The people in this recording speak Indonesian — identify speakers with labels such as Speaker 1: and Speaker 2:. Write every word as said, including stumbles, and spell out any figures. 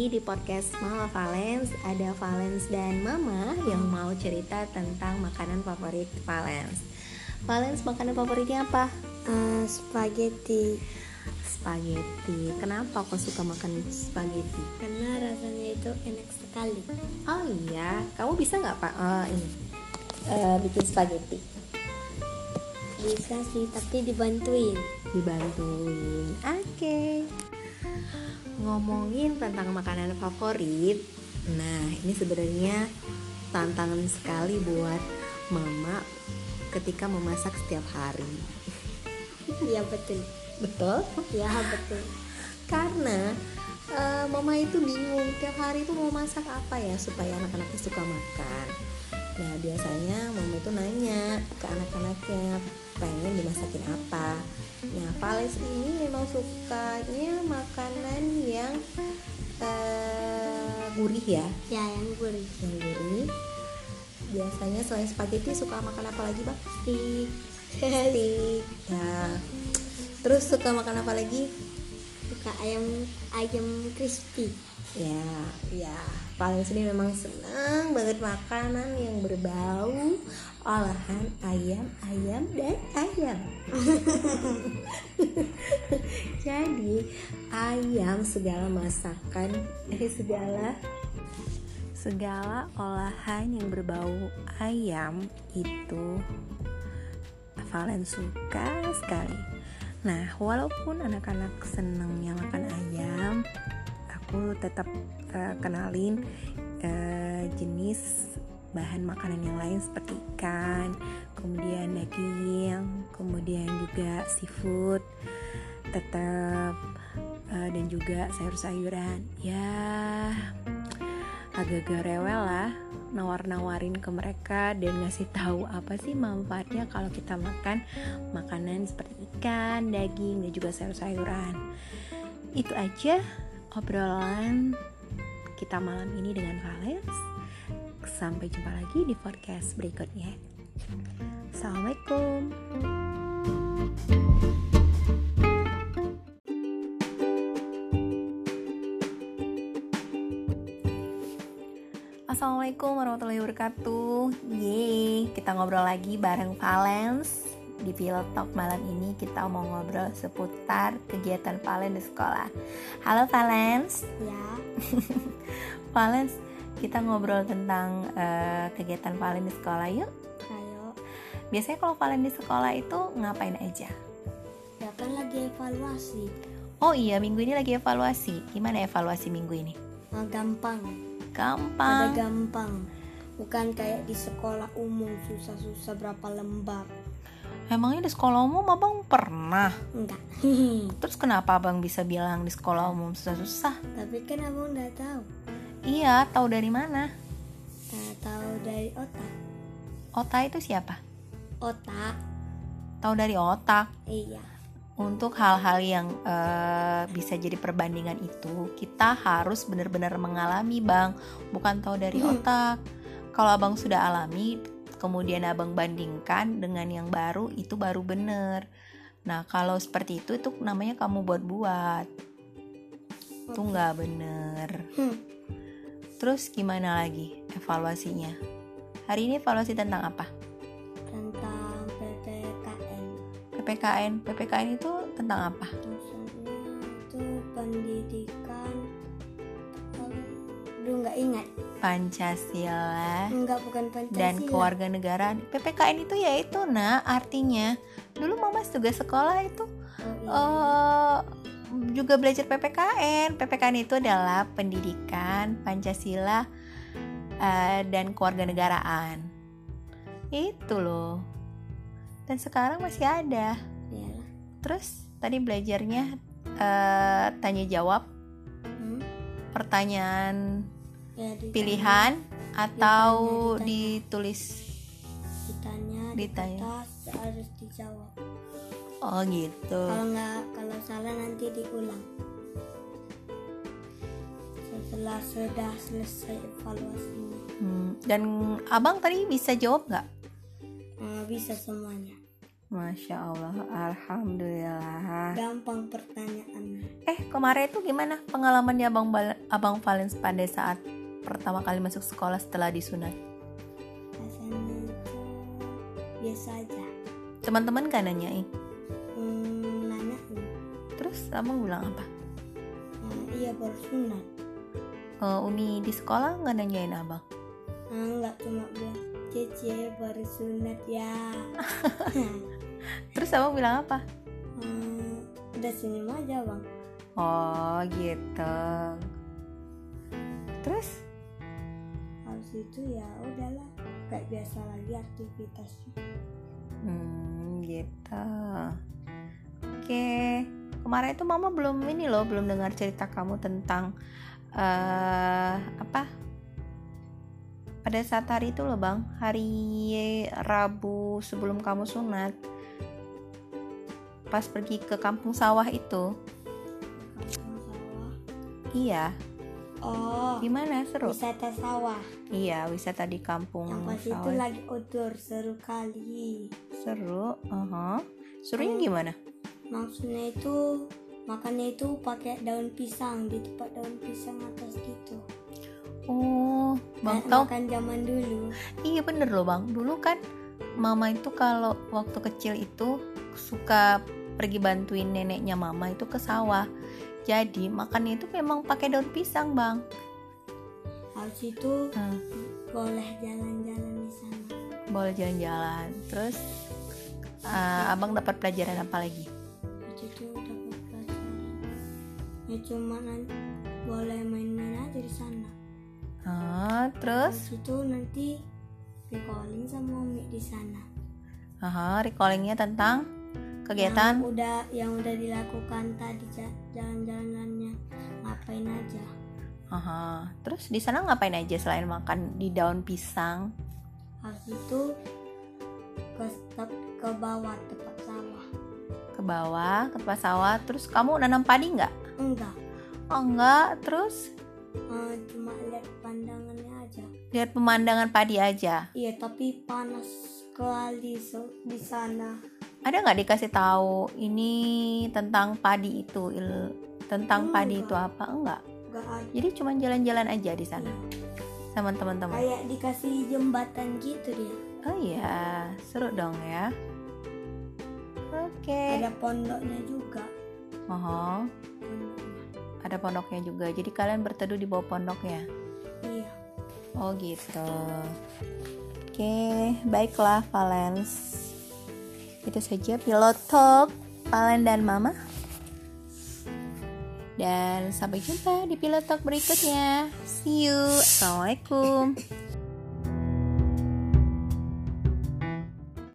Speaker 1: lagi di podcast Mama Valens. Ada Valens dan Mama yang mau cerita tentang makanan favorit Valens. Valens, makanan favoritnya apa?
Speaker 2: Uh, spaghetti.
Speaker 1: Spaghetti. Kenapa kau suka makan spaghetti?
Speaker 2: Karena rasanya itu enak sekali.
Speaker 1: Oh iya, kamu bisa nggak Pak? Oh ini uh, bikin spaghetti.
Speaker 2: Bisa sih, tapi dibantuin.
Speaker 1: Dibantuin. Oke. Okay. Ngomongin tentang makanan favorit, nah ini sebenarnya tantangan sekali buat mama ketika memasak setiap hari.
Speaker 2: Iya betul.
Speaker 1: Betul?
Speaker 2: Ya betul.
Speaker 1: Karena uh, mama itu bingung tiap hari itu mau masak apa ya supaya anak-anaknya suka makan. Nah biasanya mama itu nanya ke anak-anaknya pengen dimasakin apa. Nah Valens ini memang sukanya makanan yang uh, gurih ya.
Speaker 2: Ya yang gurih.
Speaker 1: Yang gurih. Biasanya selain spaghetti suka makan apa lagi Bang?
Speaker 2: Steak.
Speaker 1: Steak. Ya. Terus suka makan apa lagi?
Speaker 2: Suka ayam ayam crispy.
Speaker 1: Ya, ya. Valens ini memang senang banget makanan yang berbau olahan ayam, ayam dan ayam. Jadi ayam segala masakan, eh segala segala olahan yang berbau ayam itu Valens suka sekali. Nah, walaupun anak-anak senangnya makan ayam, aku tetap uh, kenalin uh, jenis bahan makanan yang lain seperti ikan, kemudian daging, kemudian juga seafood, tetap uh, dan juga sayur-sayuran. Ya, agak-agak rewel lah nawar-nawarin ke mereka dan ngasih tahu apa sih manfaatnya kalau kita makan makanan seperti ikan, daging, dan juga sayur-sayuran. Itu aja obrolan kita malam ini dengan Valens. Sampai jumpa lagi di podcast berikutnya. Assalamualaikum. Assalamualaikum warahmatullahi wabarakatuh. Yeay, kita ngobrol lagi bareng Valens. Di Pilot Talk malam ini kita mau ngobrol seputar kegiatan Valens di sekolah. Halo Valens.
Speaker 2: Ya.
Speaker 1: Valens, kita ngobrol tentang uh, kegiatan Valens di sekolah yuk.
Speaker 2: Ayo.
Speaker 1: Biasanya kalau Valens di sekolah itu ngapain aja?
Speaker 2: Ya kan lagi evaluasi.
Speaker 1: Oh iya, minggu ini lagi evaluasi. Gimana evaluasi minggu ini?
Speaker 2: Nah, gampang.
Speaker 1: Gampang.
Speaker 2: Ada gampang. Bukan kayak di sekolah umum susah-susah berapa lembar.
Speaker 1: Emangnya di sekolah umum abang pernah?
Speaker 2: Enggak.
Speaker 1: Terus kenapa abang bisa bilang di sekolah umum susah-susah?
Speaker 2: Tapi kan abang udah tahu.
Speaker 1: Iya, tahu dari mana?
Speaker 2: Nah, tahu dari otak.
Speaker 1: Otak itu siapa?
Speaker 2: Otak.
Speaker 1: Tahu dari otak.
Speaker 2: Iya.
Speaker 1: Untuk hal-hal yang uh, bisa jadi perbandingan itu, kita harus benar-benar mengalami bang, bukan tahu dari hmm. otak. Kalau abang sudah alami, kemudian abang bandingkan dengan yang baru, itu baru bener. Nah kalau seperti itu, itu namanya kamu buat-buat. Itu okay. Nggak bener. hmm. Terus gimana lagi evaluasinya? Hari ini evaluasi tentang apa?
Speaker 2: Tentang P P K N.
Speaker 1: P P K N, P P K N itu tentang apa?
Speaker 2: Maksudnya itu pendidikan. Aduh nggak ingat.
Speaker 1: Pancasila.
Speaker 2: Enggak, bukan Pancasila.
Speaker 1: Dan kewarganegaraan. P P K N itu ya itu nah artinya. Dulu mama juga sekolah itu oh, iya. uh, juga belajar P P K N. P P K N itu adalah pendidikan, Pancasila, uh, dan kewarganegaraan. Itu loh. Dan sekarang masih ada.
Speaker 2: Iyalah.
Speaker 1: Terus tadi belajarnya uh, tanya jawab, hmm? pertanyaan
Speaker 2: ya, ditanya,
Speaker 1: pilihan atau
Speaker 2: ditanya, ditanya.
Speaker 1: ditulis.
Speaker 2: Ditanya,
Speaker 1: ditanya.
Speaker 2: Di harus dijawab.
Speaker 1: Oh gitu.
Speaker 2: Kalau nggak, kalau salah nanti diulang. Setelah sudah selesai evaluasinya.
Speaker 1: Hmm, dan abang tadi bisa jawab nggak?
Speaker 2: Nah, bisa semuanya.
Speaker 1: Masya Allah, alhamdulillah.
Speaker 2: Gampang pertanyaannya.
Speaker 1: Eh kemarin itu gimana pengalamannya abang Bal- abang Valens pada saat pertama kali masuk sekolah setelah disunat?
Speaker 2: Rasanya itu biasa aja.
Speaker 1: Teman-teman kan nanyain.
Speaker 2: Hmm, nanya nih.
Speaker 1: Terus abang bilang apa?
Speaker 2: Nah, iya baru sunat.
Speaker 1: Uh, Uni di sekolah nggak nanyain abang?
Speaker 2: Nah, nggak cuma bilang Cece baru sunat ya.
Speaker 1: Terus abang bilang apa?
Speaker 2: Hmm, udah senyum aja bang.
Speaker 1: Oh gitu. Terus?
Speaker 2: Habis itu ya udahlah kayak biasa lagi aktivitasnya.
Speaker 1: Hmm gitu. Oke. Kemarin itu mama belum ini loh, belum dengar cerita kamu tentang uh, apa? Pada saat hari itu loh bang, hari Rabu sebelum kamu sunat, pas pergi ke kampung sawah itu.
Speaker 2: Kampung sawah.
Speaker 1: Iya.
Speaker 2: Oh.
Speaker 1: Gimana, seru?
Speaker 2: Wisata sawah.
Speaker 1: Iya, wisata di kampung
Speaker 2: Yang pas
Speaker 1: sawah.
Speaker 2: itu lagi outdoor, seru kali.
Speaker 1: Seru, uh-huh. Serunya
Speaker 2: Hmm.
Speaker 1: gimana?
Speaker 2: Maksudnya itu makannya itu pakai daun pisang, di tempat daun pisang atas gitu.
Speaker 1: Oh, bang
Speaker 2: Kayak
Speaker 1: tau?
Speaker 2: makan zaman dulu.
Speaker 1: Iya bener loh bang. Dulu kan mama itu kalau waktu kecil itu suka pergi bantuin neneknya mama itu ke sawah. Jadi makannya itu memang pakai daun pisang bang.
Speaker 2: Habis itu
Speaker 1: Hmm.
Speaker 2: boleh jalan-jalan di sana.
Speaker 1: Boleh jalan-jalan. Terus uh, abang dapat pelajaran apa lagi?
Speaker 2: Habis itu dapat pelajaran. Ya cuma nanti boleh main-main aja di sana.
Speaker 1: Ah, terus?
Speaker 2: Habis itu nanti recalling sama Umi di sana.
Speaker 1: Aha, recallingnya tentang kegiatan.
Speaker 2: Yang udah yang udah dilakukan tadi jalan-jalannya ngapain aja.
Speaker 1: Aha, terus di sana ngapain aja selain makan di daun pisang?
Speaker 2: Habis itu ke ke bawah tempat sawah.
Speaker 1: Ke bawah, ke tempat sawah. Terus kamu nanam padi nggak?
Speaker 2: Enggak,
Speaker 1: Oh enggak, terus
Speaker 2: eh, cuma lihat pandangannya aja.
Speaker 1: lihat pemandangan padi aja.
Speaker 2: Iya, tapi panas sekali so, di sana.
Speaker 1: Ada nggak dikasih tahu ini tentang padi itu, il, tentang
Speaker 2: Enggak.
Speaker 1: padi itu apa? Enggak.
Speaker 2: Enggak ada.
Speaker 1: Jadi cuma jalan-jalan aja di sana
Speaker 2: Iya.
Speaker 1: sama teman-teman.
Speaker 2: Kayak dikasih jembatan gitu dia.
Speaker 1: Oh iya, seru dong ya. Oke.
Speaker 2: Ada pondoknya juga.
Speaker 1: Oh,
Speaker 2: Pondoknya.
Speaker 1: ada pondoknya juga. Jadi kalian berteduh di bawah pondoknya.
Speaker 2: Iya.
Speaker 1: Oh gitu. Oke, baiklah Valens. Itu saja Pilot Talk Valen dan Mama. Dan sampai jumpa di Pilot Talk berikutnya. See you. Assalamualaikum.